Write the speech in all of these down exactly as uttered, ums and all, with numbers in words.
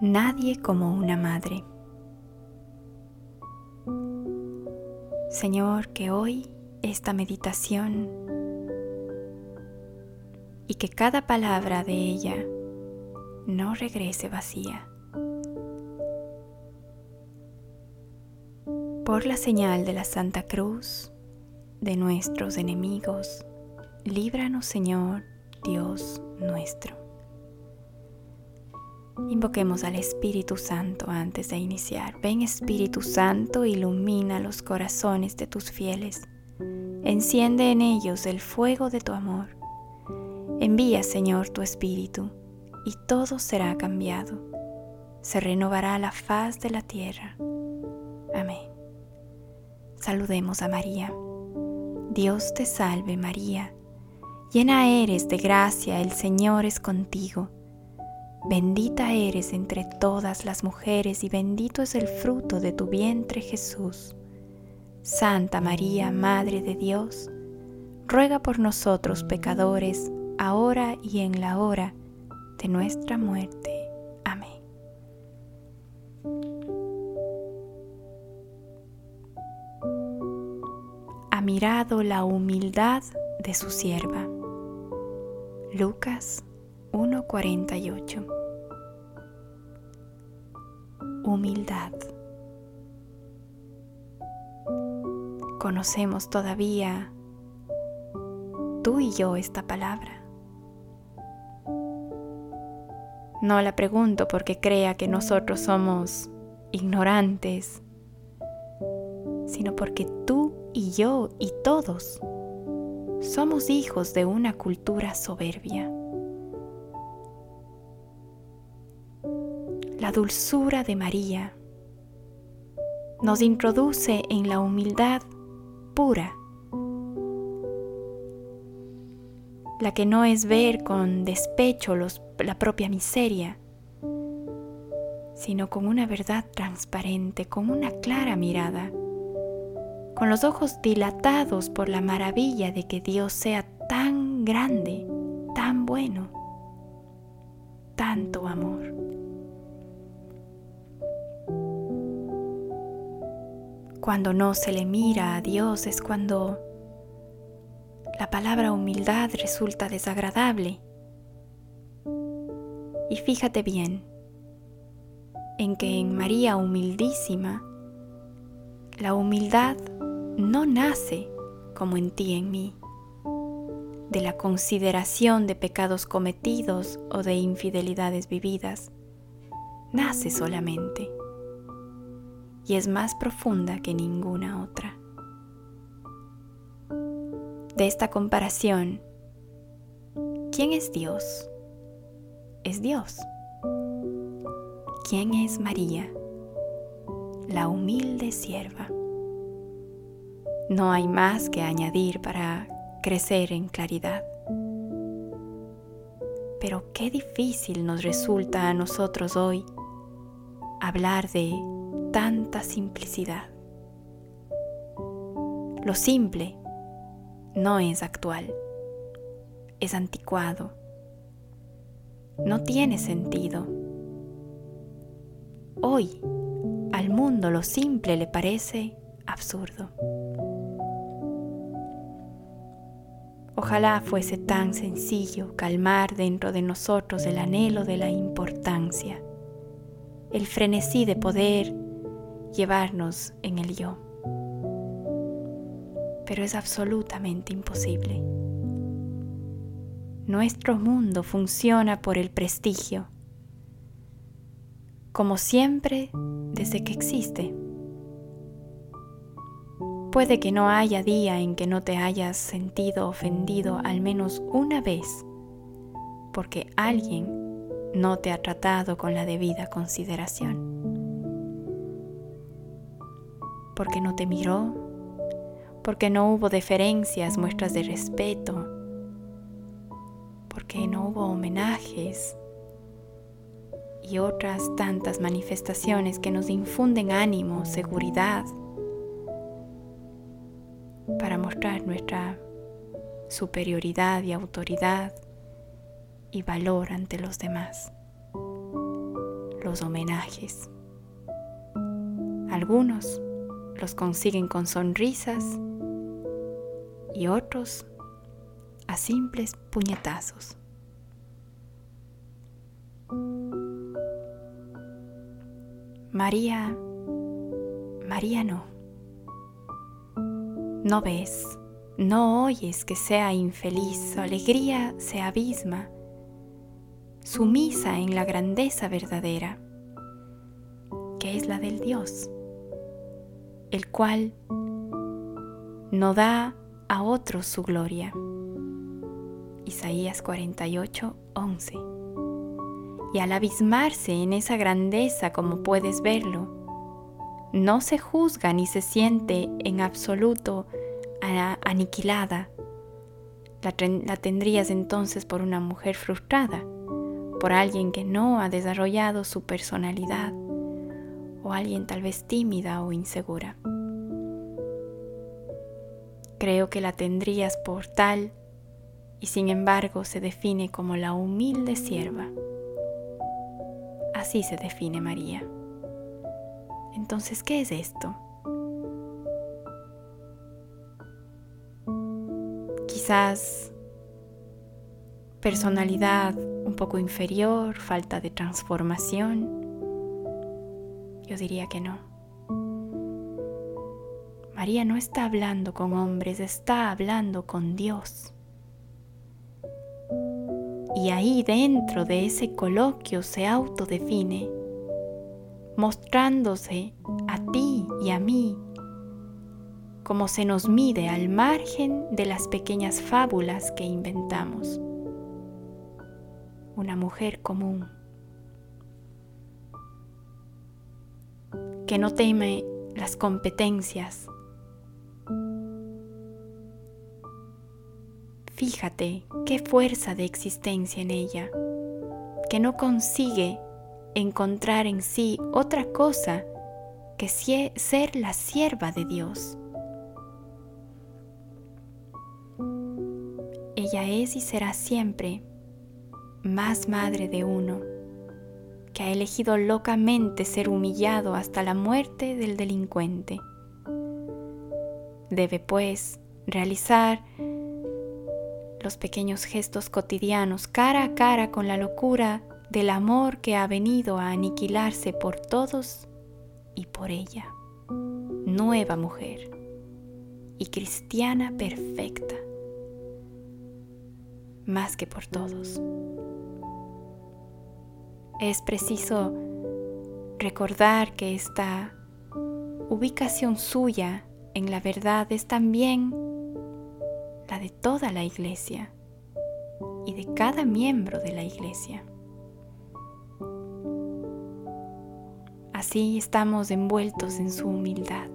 Nadie como una madre. Señor, que hoy esta meditación y que cada palabra de ella no regrese vacía. Por la señal de la Santa Cruz de nuestros enemigos, líbranos, Señor, Dios nuestro. Invoquemos al Espíritu Santo antes de iniciar. Ven, Espíritu Santo, ilumina los corazones de tus fieles. Enciende en ellos el fuego de tu amor. Envía, Señor, tu Espíritu, y todo será cambiado. Se renovará la faz de la tierra. Amén. Saludemos a María. Dios te salve, María. Llena eres de gracia, el Señor es contigo. Bendita eres entre todas las mujeres y bendito es el fruto de tu vientre, Jesús. Santa María, Madre de Dios, ruega por nosotros pecadores, ahora y en la hora de nuestra muerte. Amén. Ha mirado la humildad de su sierva. Lucas uno cuarenta y ocho. Humildad. ¿Conocemos todavía tú y yo esta palabra? No la pregunto porque crea que nosotros somos ignorantes, sino porque tú y yo y todos somos hijos de una cultura soberbia. La dulzura de María nos introduce en la humildad pura, la que no es ver con despecho los, la propia miseria, sino con una verdad transparente, con una clara mirada, con los ojos dilatados por la maravilla de que Dios sea tan grande, tan bueno, tanto amor. Cuando no se le mira a Dios es cuando la palabra humildad resulta desagradable. Y fíjate bien en que en María humildísima, la humildad no nace como en ti y en mí, de la consideración de pecados cometidos o de infidelidades vividas. Nace solamente. Y es más profunda que ninguna otra. De esta comparación, ¿quién es Dios? Es Dios. ¿Quién es María? La humilde sierva. No hay más que añadir para crecer en claridad. Pero qué difícil nos resulta a nosotros hoy hablar de tanta simplicidad. Lo simple no es actual, es anticuado, no tiene sentido. Hoy al mundo lo simple le parece absurdo. Ojalá fuese tan sencillo calmar dentro de nosotros el anhelo de la importancia, el frenesí de poder llevarnos en el yo. Pero es absolutamente imposible. Nuestro mundo funciona por el prestigio, como siempre desde que existe. Puede que no haya día en que no te hayas sentido ofendido al menos una vez, porque alguien no te ha tratado con la debida consideración. Porque no te miró, porque no hubo deferencias, muestras de respeto, porque no hubo homenajes y otras tantas manifestaciones que nos infunden ánimo, seguridad, para mostrar nuestra superioridad y autoridad y valor ante los demás. los homenajes. Algunos los consiguen con sonrisas y otros a simples puñetazos. María, María no. No ves, no oyes que sea infeliz, su alegría se abisma, sumisa en la grandeza verdadera, que es la del Dios, el cual no da a otros su gloria. Isaías cuarenta y ocho, once. Y al abismarse en esa grandeza, como puedes verlo, no se juzga ni se siente en absoluto aniquilada. La, la tendrías entonces por una mujer frustrada, por alguien que no ha desarrollado su personalidad, o alguien tal vez tímida o insegura. Creo que la tendrías por tal, y sin embargo se define como la humilde sierva. Así se define María. Entonces, ¿qué es esto? Quizás personalidad un poco inferior, falta de transformación. Yo diría que no. María no está hablando con hombres, está hablando con Dios. Y ahí dentro de ese coloquio se autodefine, mostrándose a ti y a mí como se nos mide al margen de las pequeñas fábulas que inventamos. Una mujer común, que no teme las competencias. Fíjate qué fuerza de existencia en ella, que no consigue encontrar en sí otra cosa que ser la sierva de Dios. Ella es y será siempre más madre de uno, que ha elegido locamente ser humillado hasta la muerte del delincuente. Debe, pues, realizar los pequeños gestos cotidianos cara a cara con la locura del amor que ha venido a aniquilarse por todos y por ella. Nueva mujer y cristiana perfecta, más que por todos. Es preciso recordar que esta ubicación suya en la verdad es también la de toda la Iglesia y de cada miembro de la Iglesia. Así estamos envueltos en su humildad.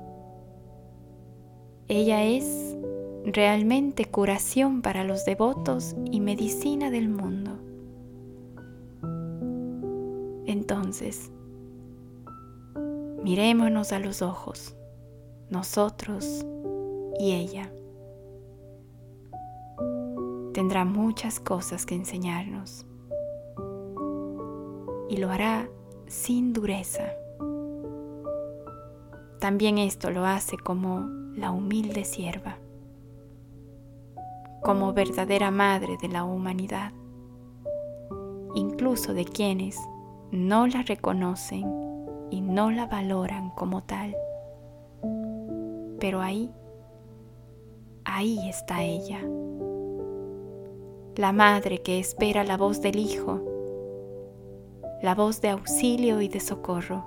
Ella es realmente curación para los devotos y medicina del mundo. Entonces, mirémonos a los ojos, nosotros y ella. Tendrá muchas cosas que enseñarnos y lo hará sin dureza. También esto lo hace como la humilde sierva, como verdadera madre de la humanidad, incluso de quienes no la reconocen y no la valoran como tal. Pero ahí, ahí está ella, la madre que espera la voz del Hijo, la voz de auxilio y de socorro.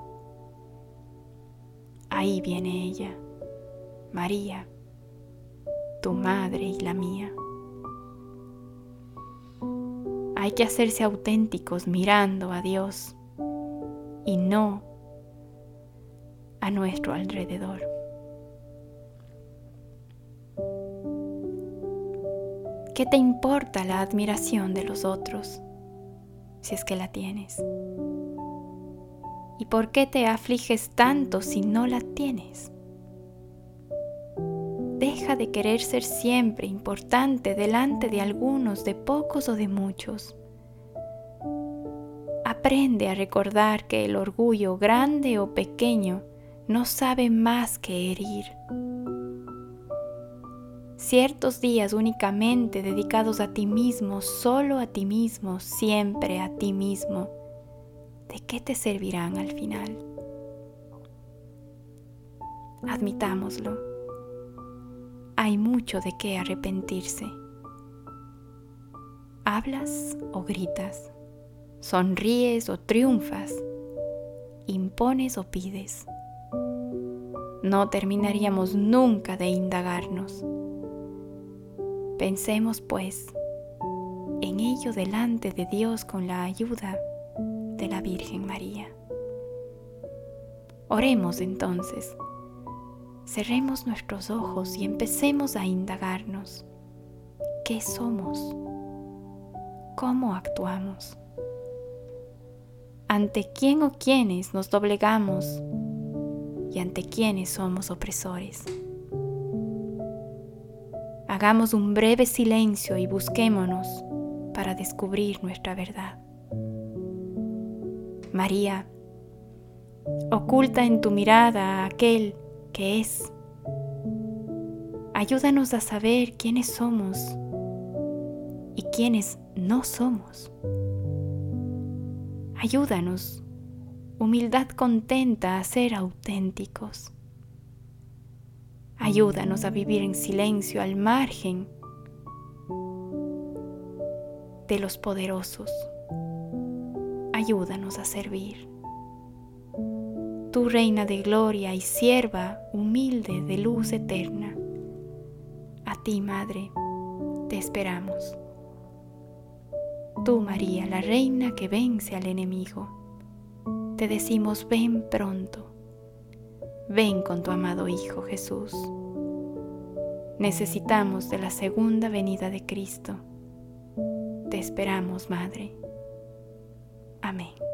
Ahí viene ella, María, tu madre y la mía. Hay que hacerse auténticos mirando a Dios y no a nuestro alrededor. ¿Qué te importa la admiración de los otros, si es que la tienes? ¿Y por qué te afliges tanto si no la tienes? Deja de querer ser siempre importante delante de algunos, de pocos o de muchos. Aprende a recordar que el orgullo, grande o pequeño, no sabe más que herir. Ciertos días únicamente dedicados a ti mismo, solo a ti mismo, siempre a ti mismo, ¿de qué te servirán al final? Admitámoslo, hay mucho de qué arrepentirse. ¿Hablas o gritas? ¿Sonríes o triunfas? ¿Impones o pides? No terminaríamos nunca de indagarnos. Pensemos, pues, en ello delante de Dios con la ayuda de la Virgen María. Oremos entonces. Cerremos nuestros ojos y empecemos a indagarnos. ¿Qué somos? ¿Cómo actuamos? ¿Ante quién o quiénes nos doblegamos y ante quiénes somos opresores? Hagamos un breve silencio y busquémonos para descubrir nuestra verdad. María, oculta en tu mirada a aquel que es. Ayúdanos a saber quiénes somos y quiénes no somos. Ayúdanos, humildad contenta, a ser auténticos. Ayúdanos a vivir en silencio al margen de los poderosos. Ayúdanos a servir. Tu Reina de gloria y sierva humilde de luz eterna, a ti, Madre, te esperamos. Tú, María, la Reina que vence al enemigo, te decimos: ven pronto, ven con tu amado Hijo Jesús. Necesitamos de la segunda venida de Cristo. Te esperamos, Madre. Amén.